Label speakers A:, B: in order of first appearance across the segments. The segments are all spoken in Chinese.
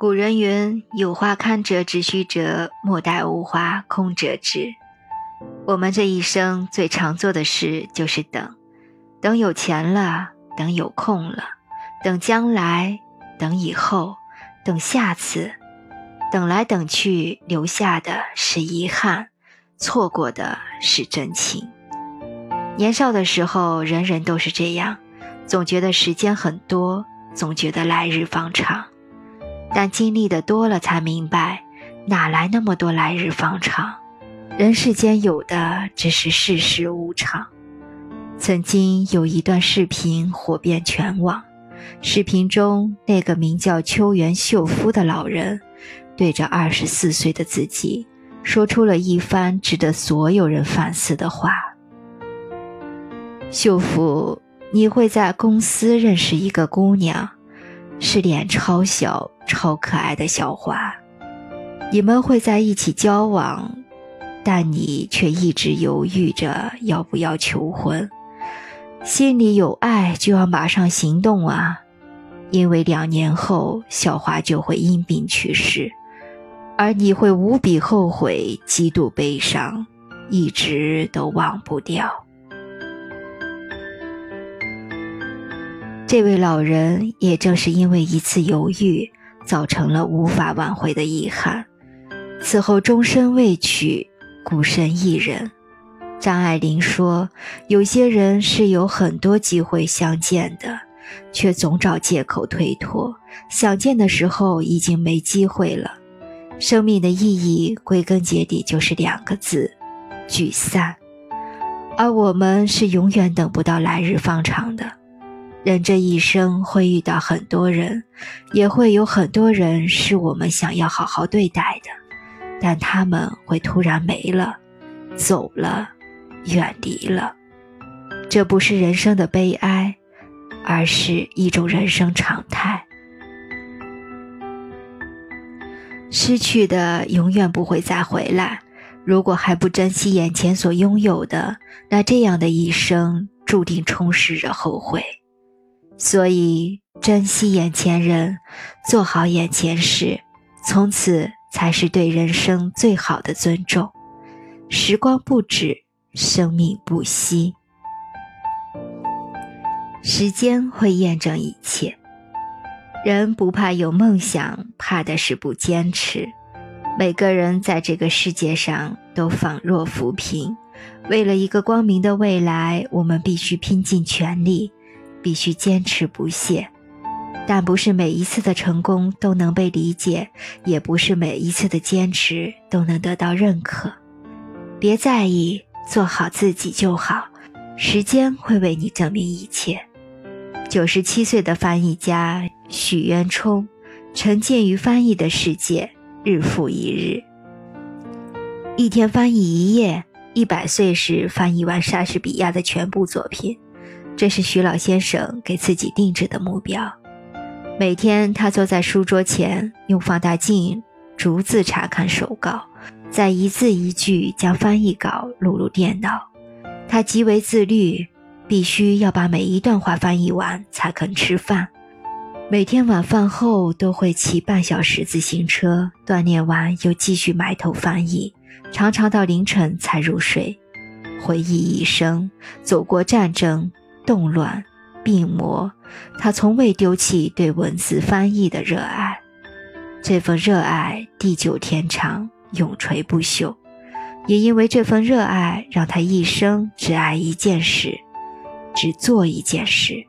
A: 古人云：有花堪折直须折，莫待无花空折枝。我们这一生最常做的事就是等，等有钱了，等有空了，等将来，等以后，等下次，等来等去，留下的是遗憾，错过的是真情。年少的时候，人人都是这样，总觉得时间很多，总觉得来日方长。但经历的多了才明白，哪来那么多来日方长？人世间有的只是世事无常。曾经有一段视频火遍全网，视频中那个名叫秋元秀夫的老人，对着24岁的自己，说出了一番值得所有人反思的话。秀夫，你会在公司认识一个姑娘，是脸超小超可爱的小花，你们会在一起交往，但你却一直犹豫着要不要求婚。心里有爱就要马上行动啊，因为2年后小花就会因病去世，而你会无比后悔，极度悲伤，一直都忘不掉。这位老人也正是因为一次犹豫，造成了无法挽回的遗憾，此后终身未娶，孤身一人。张爱玲说，有些人是有很多机会相见的，却总找借口推脱，想见的时候已经没机会了。生命的意义归根结底就是2个字：聚散。而我们是永远等不到来日方长的。人这一生会遇到很多人，也会有很多人是我们想要好好对待的，但他们会突然没了，走了，远离了。这不是人生的悲哀，而是一种人生常态。失去的永远不会再回来，如果还不珍惜眼前所拥有的，那这样的一生注定充斥着后悔。所以珍惜眼前人，做好眼前事，从此才是对人生最好的尊重。时光不止，生命不息。时间会验证一切。人不怕有梦想，怕的是不坚持。每个人在这个世界上都仿若浮萍，为了一个光明的未来，我们必须拼尽全力，必须坚持不懈。但不是每一次的成功都能被理解，也不是每一次的坚持都能得到认可。别在意，做好自己就好，时间会为你证明一切。97岁的翻译家许渊冲，沉浸于翻译的世界，日复一日。一天翻译1页，100岁时翻译完莎士比亚的全部作品。这是许老先生给自己定制的目标。每天他坐在书桌前，用放大镜逐字查看手稿，再一字一句将翻译稿录入电脑。他极为自律，必须要把每一段话翻译完才肯吃饭。每天晚饭后都会骑半小时自行车，锻炼完又继续埋头翻译，常常到凌晨才入睡。回忆一生，走过战争、动乱、病魔，他从未丢弃对文字翻译的热爱。这份热爱地久天长，永垂不朽。也因为这份热爱，让他一生只爱一件事，只做一件事。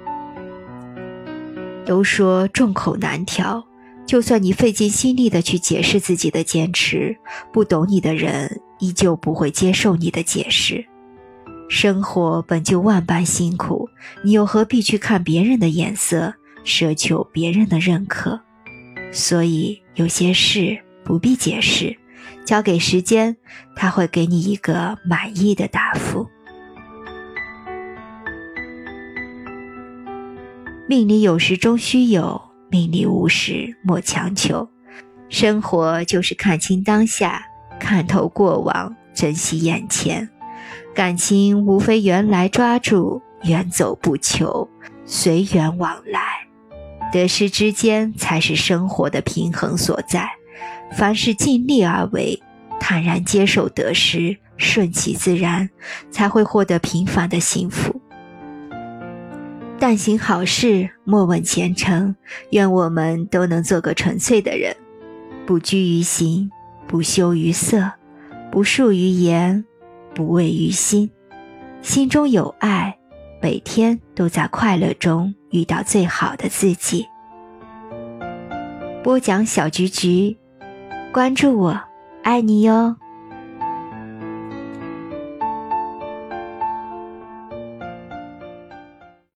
A: 都说众口难调，就算你费尽心力地去解释自己的坚持，不懂你的人依旧不会接受你的解释。生活本就万般辛苦，你又何必去看别人的眼色，奢求别人的认可？所以有些事不必解释，交给时间，他会给你一个满意的答复。命里有时终须有，命里无时莫强求。生活就是看清当下，看透过往，珍惜眼前。感情无非缘来抓住，缘走不求，随缘往来。 得失之间才是生活的平衡所在。凡事尽力而为，坦然接受得失，顺其自然，才会获得平凡的幸福。但行好事，莫问前程，愿我们都能做个纯粹的人，不拘于形，不羞于色，不束于言，不畏于心，心中有爱，每天都在快乐中遇到最好的自己。播讲小菊菊，关注我，爱你哟。